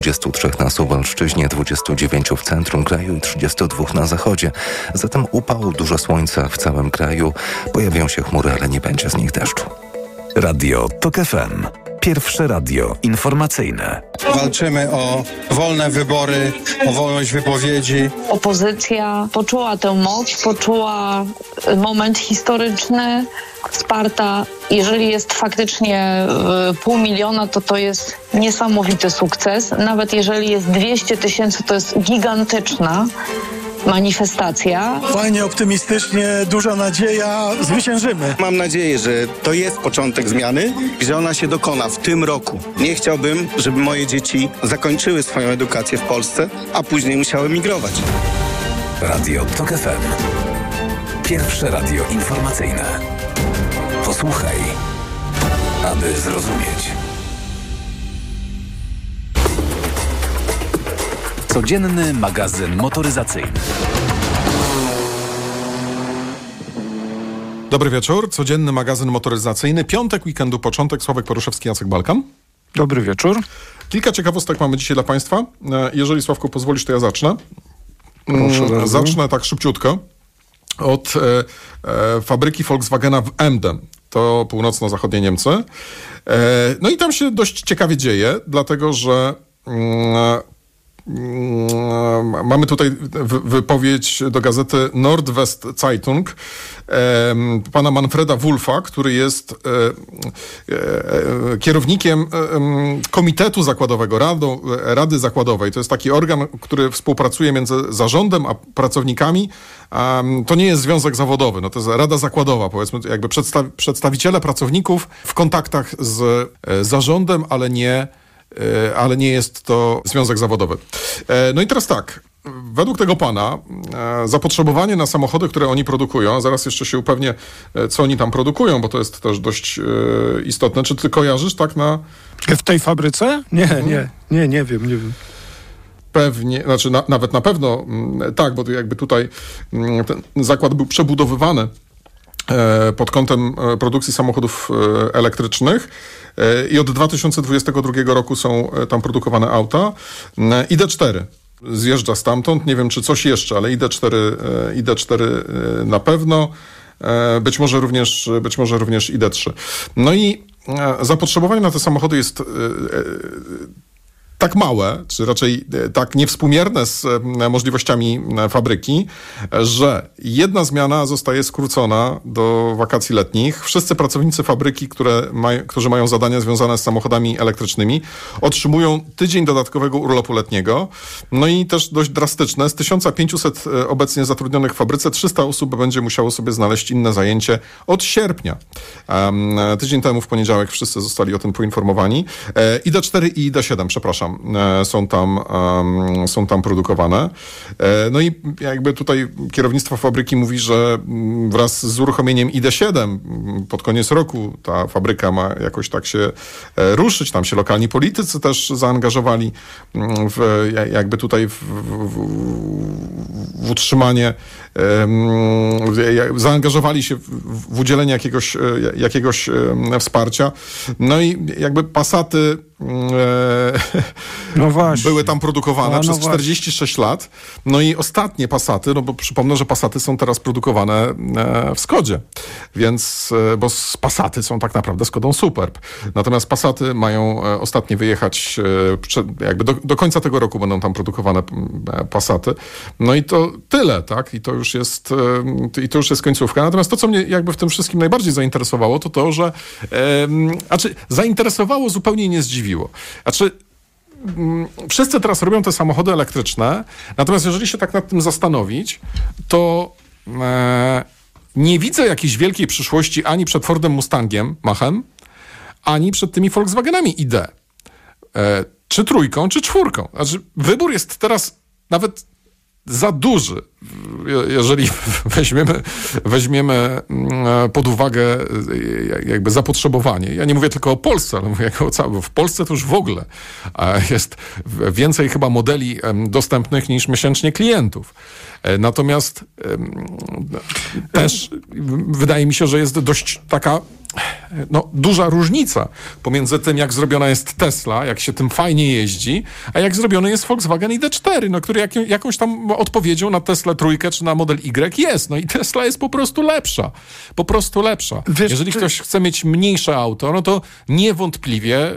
23 na Suwalszczyźnie, 29 w centrum kraju i 32 na zachodzie. Zatem upał, dużo słońca w całym kraju. Pojawią się chmury, ale nie będzie z nich deszczu. Radio TOK FM. Pierwsze radio informacyjne. Walczymy o wolne wybory, o wolność wypowiedzi. Opozycja poczuła tę moc, poczuła moment historyczny. Sparta, jeżeli jest faktycznie 500 000, to jest niesamowity sukces. Nawet jeżeli jest 200 000, to jest gigantyczna manifestacja. Fajnie, optymistycznie, duża nadzieja, zwyciężymy. Mam nadzieję, że to jest początek zmiany i że ona się dokona w tym roku. Nie chciałbym, żeby moje dzieci zakończyły swoją edukację w Polsce, a później musiały migrować. Radio TOK FM. Pierwsze radio informacyjne. Posłuchaj, aby zrozumieć. Codzienny magazyn motoryzacyjny. Dobry wieczór. Codzienny magazyn motoryzacyjny. Piątek, weekendu, początek. Sławek Poruszewski, Jacek Balkan. Dobry wieczór. Kilka ciekawostek mamy dzisiaj dla Państwa. Jeżeli, Sławku, pozwolisz, to ja zacznę. Proszę bardzo. Zacznę tak szybciutko od fabryki Volkswagena w Emden. To północno-zachodnie Niemcy. No i tam się dość ciekawie dzieje, dlatego że mamy tutaj wypowiedź do gazety Nordwest Zeitung pana Manfreda Wulfa, który jest kierownikiem Komitetu Zakładowego, Rady Zakładowej. To jest taki organ, który współpracuje między zarządem a pracownikami. To nie jest związek zawodowy, no to jest Rada Zakładowa, powiedzmy, jakby przedstawiciele pracowników w kontaktach z zarządem, ale nie jest to związek zawodowy. No i teraz tak, według tego pana zapotrzebowanie na samochody, które oni produkują, zaraz jeszcze się upewnię, co oni tam produkują, bo to jest też dość istotne. Czy ty kojarzysz tak na... W tej fabryce? Nie wiem. Pewnie, znaczy nawet na pewno tak, bo jakby tutaj ten zakład był przebudowywany pod kątem produkcji samochodów elektrycznych i od 2022 roku są tam produkowane auta. ID4 zjeżdża stamtąd, nie wiem czy coś jeszcze, ale ID4 na pewno, być może również ID3. No i zapotrzebowanie na te samochody jest tak małe, czy raczej tak niewspółmierne z możliwościami fabryki, że jedna zmiana zostaje skrócona do wakacji letnich. Wszyscy pracownicy fabryki, którzy mają zadania związane z samochodami elektrycznymi, otrzymują tydzień dodatkowego urlopu letniego. No i też dość drastyczne, z 1500 obecnie zatrudnionych w fabryce 300 osób będzie musiało sobie znaleźć inne zajęcie od sierpnia. Tydzień temu w poniedziałek wszyscy zostali o tym poinformowani. ID4 i ID7, przepraszam, są tam produkowane. No i jakby tutaj kierownictwo fabryki mówi, że wraz z uruchomieniem ID7 pod koniec roku ta fabryka ma jakoś tak się ruszyć. Tam się lokalni politycy też zaangażowali jakby tutaj w utrzymanie, zaangażowali się w udzielenie jakiegoś wsparcia. No i jakby Passaty były tam produkowane przez 46 lat. No i ostatnie Passaty, no bo przypomnę, że Passaty są teraz produkowane w Skodzie. Więc, bo Passaty są tak naprawdę Skodą Superb. Natomiast Passaty mają ostatnio wyjechać, jakby do końca tego roku będą tam produkowane Passaty. No i to tyle, tak? I to już jest końcówka. Natomiast to, co mnie jakby w tym wszystkim najbardziej zainteresowało, to to, że zainteresowało, zupełnie nie zdziwiło. Wszyscy teraz robią te samochody elektryczne, natomiast jeżeli się tak nad tym zastanowić, to nie widzę jakiejś wielkiej przyszłości ani przed Fordem Mustangiem Machem, ani przed tymi Volkswagenami ID. Czy trójką, czy czwórką. Znaczy, wybór jest teraz nawet za duży, jeżeli weźmiemy pod uwagę jakby zapotrzebowanie. Ja nie mówię tylko o Polsce, ale mówię o całym. W Polsce to już w ogóle jest więcej chyba modeli dostępnych niż miesięcznie klientów. Natomiast też wydaje mi się, że jest dość taka duża różnica pomiędzy tym, jak zrobiona jest Tesla, jak się tym fajnie jeździ, a jak zrobiony jest Volkswagen ID4, który jakąś tam odpowiedzią na Tesla trójkę czy na Model Y jest. No i Tesla jest po prostu lepsza. Po prostu lepsza. Jeżeli ktoś chce mieć mniejsze auto, no to niewątpliwie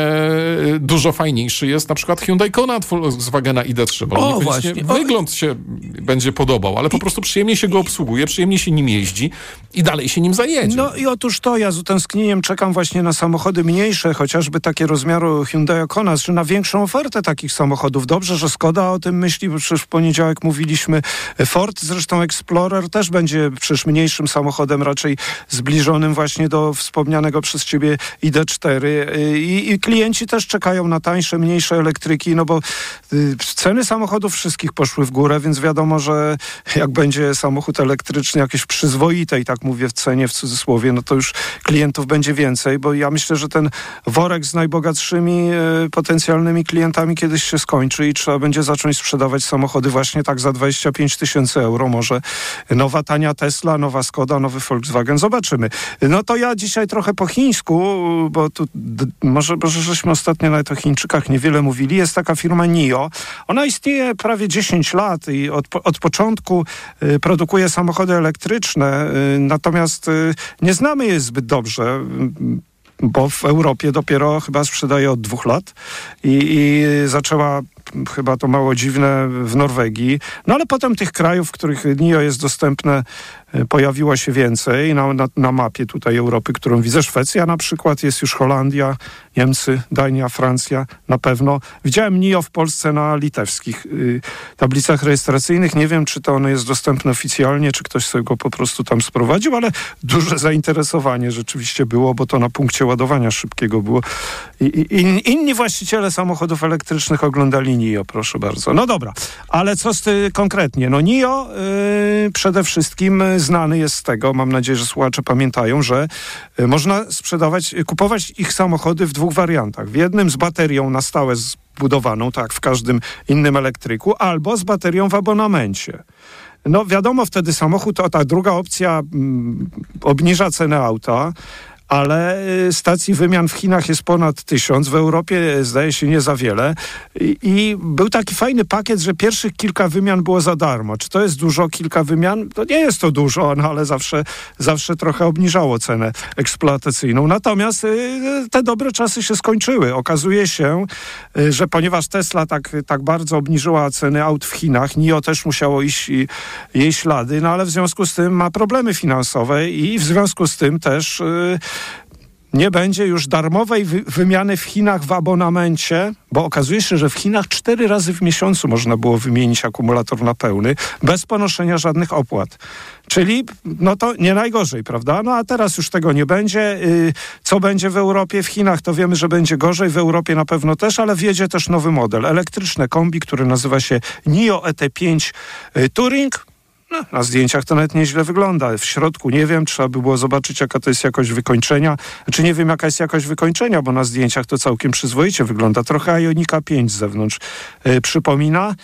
dużo fajniejszy jest na przykład Hyundai Kona od Volkswagena ID3, bo wygląd się będzie podobał, ale po prostu przyjemnie się go obsługuje, przyjemnie się nim jeździ i dalej się nim zajedzie. No i otóż to, ja z utęsknieniem czekam właśnie na samochody mniejsze, chociażby takie rozmiaru Hyundai Kona, czy na większą ofertę takich samochodów. Dobrze, że Skoda o tym myśli, bo przecież w poniedziałek mówiliśmy. Ford, zresztą Explorer też będzie przecież mniejszym samochodem, raczej zbliżonym właśnie do wspomnianego przez ciebie ID4 i klienci też czekają na tańsze, mniejsze elektryki, no bo ceny samochodów wszystkich poszły w górę, więc wiadomo, że jak będzie samochód elektryczny jakiś przyzwoitej, tak mówię w cenie w cudzysłowie, no to już klientów będzie więcej, bo ja myślę, że ten worek z najbogatszymi potencjalnymi klientami kiedyś się skończy i trzeba będzie zacząć sprzedawać samochody właśnie tak za 25 000 euro. Może nowa tania Tesla, nowa Skoda, nowy Volkswagen. Zobaczymy. No to ja dzisiaj trochę po chińsku, bo tu może żeśmy ostatnio nawet o Chińczykach niewiele mówili. Jest taka firma NIO. Ona istnieje prawie 10 lat i od początku produkuje samochody elektryczne, natomiast nie znamy jej zbyt dobrze, bo w Europie dopiero chyba sprzedaje od 2 lat i zaczęła, chyba to mało dziwne, w Norwegii. No ale potem tych krajów, w których NIO jest dostępne, pojawiło się więcej na mapie tutaj Europy, którą widzę. Szwecja na przykład, jest już Holandia, Niemcy, Dania, Francja na pewno. Widziałem NIO w Polsce na litewskich tablicach rejestracyjnych. Nie wiem, czy to ono jest dostępne oficjalnie, czy ktoś sobie go po prostu tam sprowadził, ale duże zainteresowanie rzeczywiście było, bo to na punkcie ładowania szybkiego było. Inni właściciele samochodów elektrycznych oglądali NIO, proszę bardzo. No dobra, ale co konkretnie? No NIO przede wszystkim znany jest z tego, mam nadzieję, że słuchacze pamiętają, że można kupować ich samochody w 2 wariantach. W jednym z baterią na stałe zbudowaną, tak w każdym innym elektryku, albo z baterią w abonamencie. No wiadomo, wtedy samochód, ta druga opcja obniża cenę auta, ale stacji wymian w Chinach jest ponad 1000, w Europie zdaje się nie za wiele i był taki fajny pakiet, że pierwszych kilka wymian było za darmo. Czy to jest dużo, kilka wymian? To nie jest to dużo, no ale zawsze trochę obniżało cenę eksploatacyjną. Natomiast te dobre czasy się skończyły. Okazuje się, że ponieważ Tesla tak bardzo obniżyła ceny aut w Chinach, NIO też musiało iść jej ślady, no ale w związku z tym ma problemy finansowe i w związku z tym też nie będzie już darmowej wymiany w Chinach w abonamencie, bo okazuje się, że w Chinach 4 razy w miesiącu można było wymienić akumulator na pełny, bez ponoszenia żadnych opłat. Czyli, no to nie najgorzej, prawda? No a teraz już tego nie będzie. Co będzie w Europie? W Chinach to wiemy, że będzie gorzej, w Europie na pewno też, ale wjedzie też nowy model. Elektryczne kombi, który nazywa się NIO ET5 Touring. No, na zdjęciach to nawet nieźle wygląda. W środku nie wiem, trzeba by było zobaczyć, jaka to jest jakość wykończenia. Znaczy nie wiem, jaka jest jakość wykończenia, bo na zdjęciach to całkiem przyzwoicie wygląda. Trochę Ionika 5 z zewnątrz przypomina.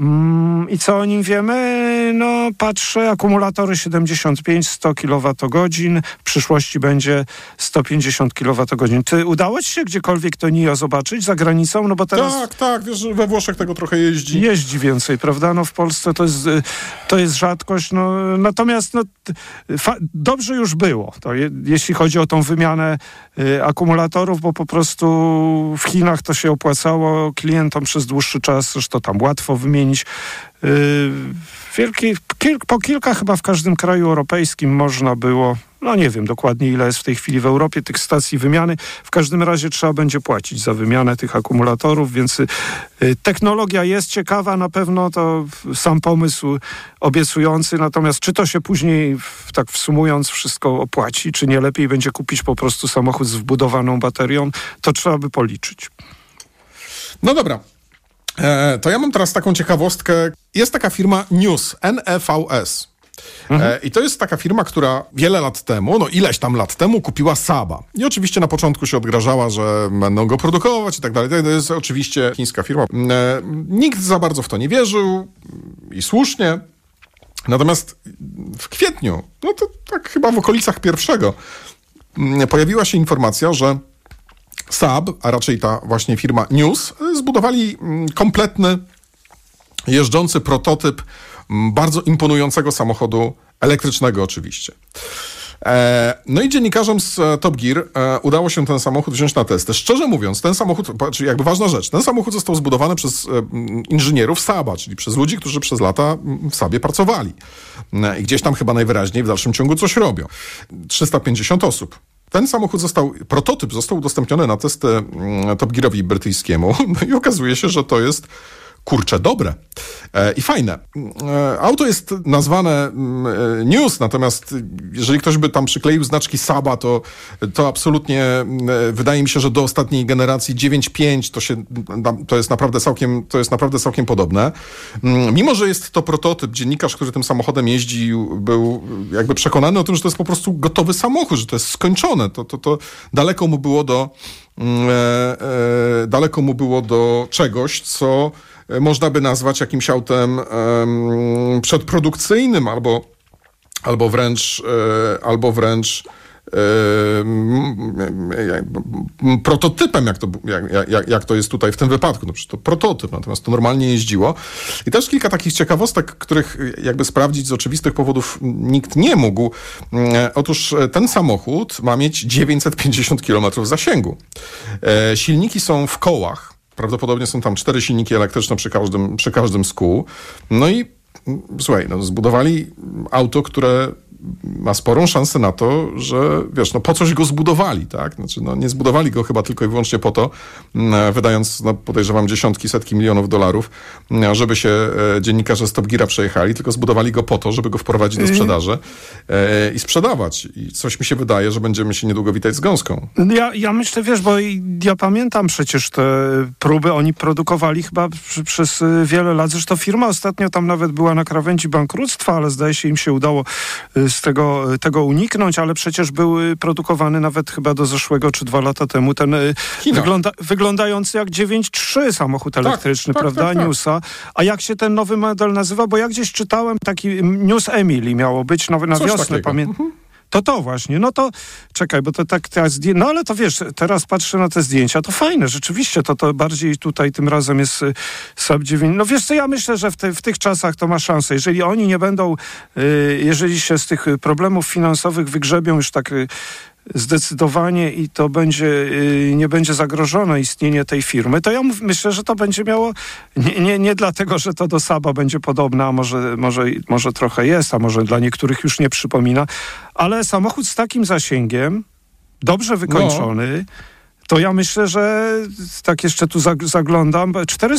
I co o nim wiemy? No patrzę, akumulatory 75-100 kWh, w przyszłości będzie 150 kWh. Ty udało ci się gdziekolwiek to NIO zobaczyć za granicą? No bo teraz... Tak, wiesz, we Włoszech tego trochę jeździ. Jeździ więcej, prawda? No w Polsce to jest rzadkość, no natomiast dobrze już było, jeśli chodzi o tą wymianę akumulatorów, bo po prostu w Chinach to się opłacało klientom przez dłuższy czas, zresztą tam łatwo wymienić. Po kilka chyba w każdym kraju europejskim można było, no nie wiem dokładnie ile jest w tej chwili w Europie tych stacji wymiany. W każdym razie trzeba będzie płacić za wymianę tych akumulatorów, więc technologia jest ciekawa, na pewno to sam pomysł obiecujący, natomiast czy to się później, tak wsumując, wszystko opłaci, czy nie lepiej będzie kupić po prostu samochód z wbudowaną baterią, to trzeba by policzyć. No dobra. To ja mam teraz taką ciekawostkę. Jest taka firma News, NEVS. I to jest taka firma, która wiele lat temu, no ileś tam lat temu kupiła Saaba. I oczywiście na początku się odgrażała, że będą go produkować i tak dalej. To jest oczywiście chińska firma. Nikt za bardzo w to nie wierzył i słusznie. Natomiast w kwietniu, no to tak chyba w okolicach 1 pojawiła się informacja, że Saab, a raczej ta właśnie firma News, zbudowali kompletny, jeżdżący prototyp bardzo imponującego samochodu elektrycznego oczywiście. No i dziennikarzom z Top Gear udało się ten samochód wziąć na testy. Szczerze mówiąc, ten samochód, czyli jakby ważna rzecz, ten samochód został zbudowany przez inżynierów Saaba, czyli przez ludzi, którzy przez lata w Saabie pracowali. I gdzieś tam chyba najwyraźniej w dalszym ciągu coś robią. 350 osób. Ten samochód prototyp został udostępniony na testy Top Gearowi brytyjskiemu. No i okazuje się, że to jest kurczę dobre i fajne. Auto jest nazwane News, natomiast jeżeli ktoś by tam przykleił znaczki Saaba, to absolutnie wydaje mi się, że do ostatniej generacji 9.5 to jest naprawdę całkiem podobne. Mimo że jest to prototyp, dziennikarz, który tym samochodem jeździł, był jakby przekonany o tym, że to jest po prostu gotowy samochód, że to jest skończone. To daleko mu było do czegoś, co można by nazwać jakimś autem przedprodukcyjnym albo wręcz prototypem, jak to jest tutaj w tym wypadku. No przecież to prototyp, natomiast to normalnie jeździło. I też kilka takich ciekawostek, których jakby sprawdzić z oczywistych powodów nikt nie mógł. Otóż ten samochód ma mieć 950 km zasięgu. Silniki są w kołach. Prawdopodobnie są tam 4 silniki elektryczne przy każdym z kół. No i słuchaj, zbudowali auto, które ma sporą szansę na to, że wiesz, po coś go zbudowali, tak? Znaczy, nie zbudowali go chyba tylko i wyłącznie po to, wydając, podejrzewam, dziesiątki, setki milionów dolarów, żeby się dziennikarze z Top Geara przejechali, tylko zbudowali go po to, żeby go wprowadzić do sprzedaży i sprzedawać. I coś mi się wydaje, że będziemy się niedługo witać z gąską. Ja myślę, wiesz, bo ja pamiętam przecież te próby, oni produkowali chyba przez wiele lat. Zresztą firma ostatnio tam nawet była na krawędzi bankructwa, ale zdaje się, im się udało z tego uniknąć, ale przecież był produkowany nawet chyba do zeszłego czy 2 lata temu ten wyglądający jak 9.3 samochód elektryczny, prawda, Newsa. A jak się ten nowy model nazywa? Bo ja gdzieś czytałem taki News Emily miało być na wiosnę, pamiętam. To właśnie, no to czekaj, bo to tak teraz, no ale to wiesz, teraz patrzę na te zdjęcia, to fajne, rzeczywiście, to bardziej tutaj tym razem jest Saab 9. No wiesz co, ja myślę, że w tych czasach to ma szansę. Jeżeli oni nie będą, jeżeli się z tych problemów finansowych wygrzebią już tak zdecydowanie i to nie będzie zagrożone istnienie tej firmy, to ja myślę, że to będzie miało nie dlatego, że to do Saaba będzie podobne, a może trochę jest, a może dla niektórych już nie przypomina, ale samochód z takim zasięgiem, dobrze wykończony, to ja myślę, że tak jeszcze tu zaglądam,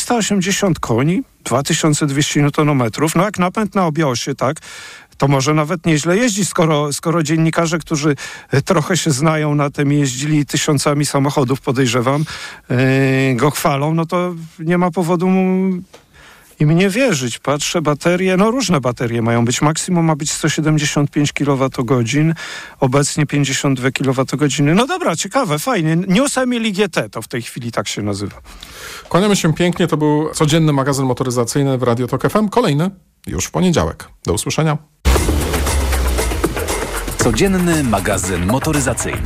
480 koni, 2200 Nm, no jak napęd na obiosie, tak, to może nawet nieźle jeździ, skoro dziennikarze, którzy trochę się znają na tym, jeździli tysiącami samochodów, podejrzewam, go chwalą, no to nie ma powodu im nie wierzyć. Patrzę, baterie, różne baterie mają być. Maksimum ma być 175 kWh, obecnie 52 kWh. No dobra, ciekawe, fajnie. News Emily GT to w tej chwili tak się nazywa. Kłaniamy się pięknie, to był codzienny magazyn motoryzacyjny w Radio Tok FM. Kolejny już w poniedziałek. Do usłyszenia. Codzienny magazyn motoryzacyjny.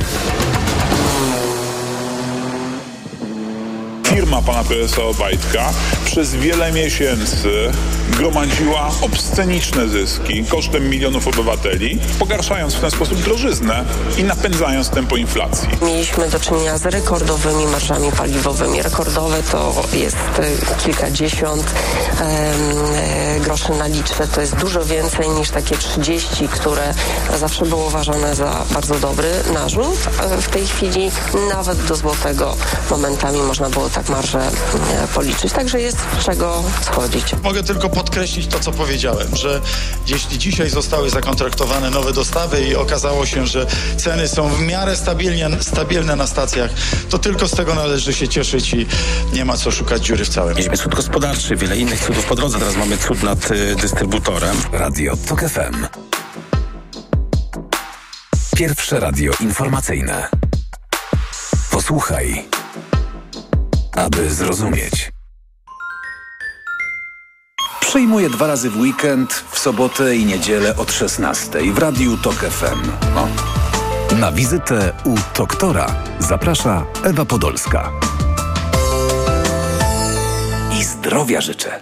Firma pana prezesa Obajtka przez wiele miesięcy gromadziła obsceniczne zyski kosztem milionów obywateli, pogarszając w ten sposób drożyznę i napędzając tempo inflacji. Mieliśmy do czynienia z rekordowymi marżami paliwowymi. Rekordowe to jest kilkadziesiąt groszy na litrze. To jest dużo więcej niż takie 30, które zawsze było uważane za bardzo dobry narzut. W tej chwili nawet do złotego momentami można było tak marżę policzyć. Także jest z czego schodzić. Mogę tylko podkreślić to, co powiedziałem, że jeśli dzisiaj zostały zakontraktowane nowe dostawy i okazało się, że ceny są w miarę stabilne na stacjach, to tylko z tego należy się cieszyć i nie ma co szukać dziury w całym. Mieliśmy cud gospodarczy, wiele innych cudów po drodze, teraz mamy cud nad dystrybutorem. Radio Tok FM. Pierwsze radio informacyjne. Posłuchaj, aby zrozumieć. Przyjmuję 2 razy w weekend, w sobotę i niedzielę od 16 w Radiu Tok FM. Na wizytę u doktora zaprasza Ewa Podolska. I zdrowia życzę.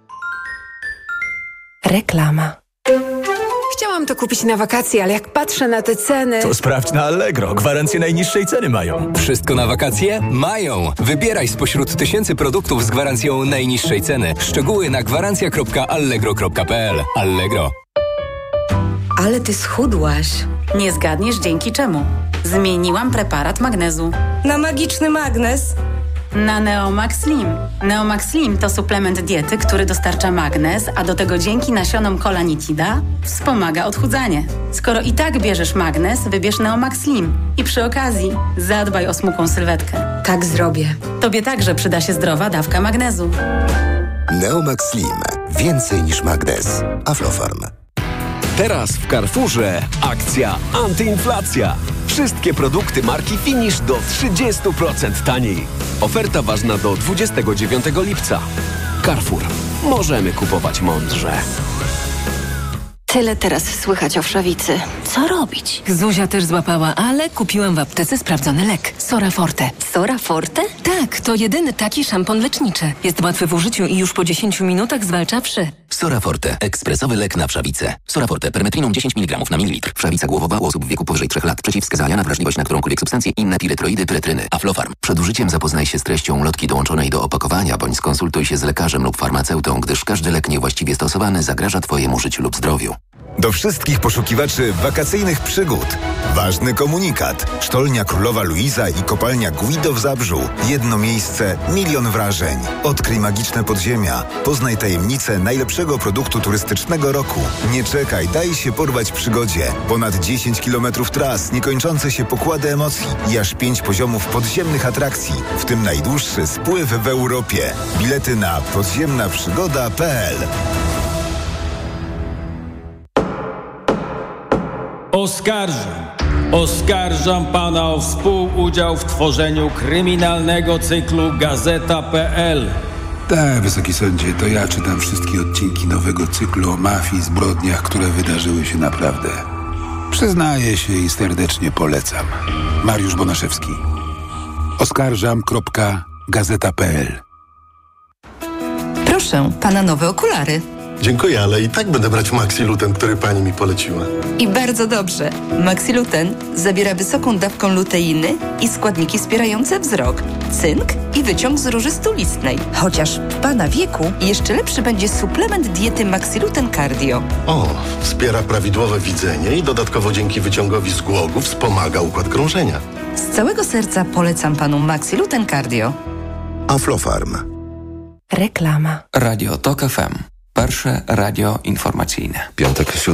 Reklama. Chciałam to kupić na wakacje, ale jak patrzę na te ceny... To sprawdź na Allegro. Gwarancję najniższej ceny mają. Wszystko na wakacje? Mają! Wybieraj spośród tysięcy produktów z gwarancją najniższej ceny. Szczegóły na gwarancja.allegro.pl. Allegro. Ale ty schudłaś. Nie zgadniesz dzięki czemu. Zmieniłam preparat magnezu. Na magiczny magnez? Na Neomax Slim. Neomax Slim to suplement diety, który dostarcza magnez, a do tego dzięki nasionom kolanitida wspomaga odchudzanie. Skoro i tak bierzesz magnez, wybierz Neomax Slim. I przy okazji zadbaj o smukłą sylwetkę. Tak zrobię. Tobie także przyda się zdrowa dawka magnezu. Neomax Slim. Więcej niż magnez. Aflofarm. Teraz w Carrefourze akcja antyinflacja. Wszystkie produkty marki Finish do 30% taniej. Oferta ważna do 29 lipca. Carrefour. Możemy kupować mądrze. Tyle teraz słychać o wszawicy. Co robić? Zuzia też złapała, ale kupiłam w aptece sprawdzony lek. Sora Forte. Sora Forte? Tak, to jedyny taki szampon leczniczy. Jest łatwy w użyciu i już po 10 minutach zwalcza wszy. Sora Forte. Ekspresowy lek na wszawicę. Sora Forte. Permetriną 10 mg na mililitr. Wszawica głowowa u osób w wieku powyżej 3 lat. Przeciwwskazania na wrażliwość na którąkolwiek substancję. Inne piretroidy, pyretryny. Aflofarm. Przed użyciem zapoznaj się z treścią lotki dołączonej do opakowania, bądź skonsultuj się z lekarzem lub farmaceutą, gdyż każdy lek niewłaściwie stosowany zagraża Twojemu życiu lub zdrowiu. Do wszystkich poszukiwaczy wakacyjnych przygód. Ważny komunikat. Sztolnia Królowa Luiza i kopalnia Guido w Zabrzu. Jedno miejsce, milion wrażeń. Odkryj magiczne podziemia. Poznaj tajemnicę najlepszego produktu turystycznego roku. Nie czekaj, daj się porwać przygodzie. Ponad 10 km tras, niekończące się pokłady emocji i aż 5 poziomów podziemnych atrakcji, w tym najdłuższy spływ w Europie. Bilety na podziemnaprzygoda.pl. Oskarżam pana o współudział w tworzeniu kryminalnego cyklu Gazeta.pl. Tak, wysoki sądzie, to ja czytam wszystkie odcinki nowego cyklu o mafii, zbrodniach, które wydarzyły się naprawdę. Przyznaję się i serdecznie polecam. Mariusz Bonaszewski. Oskarżam.gazeta.pl. Proszę, pana nowe okulary. Dziękuję, ale i tak będę brać Maxiluten, który pani mi poleciła. I bardzo dobrze. Maxiluten zawiera wysoką dawką luteiny i składniki wspierające wzrok, cynk i wyciąg z róży stulistnej. Chociaż w pana wieku jeszcze lepszy będzie suplement diety Maxiluten Cardio. O, wspiera prawidłowe widzenie i dodatkowo dzięki wyciągowi z głogu wspomaga układ krążenia. Z całego serca polecam panu Maxiluten Cardio. Aflofarm. Reklama. Radio TOK FM. Pierwsze radio informacyjne. Piątek,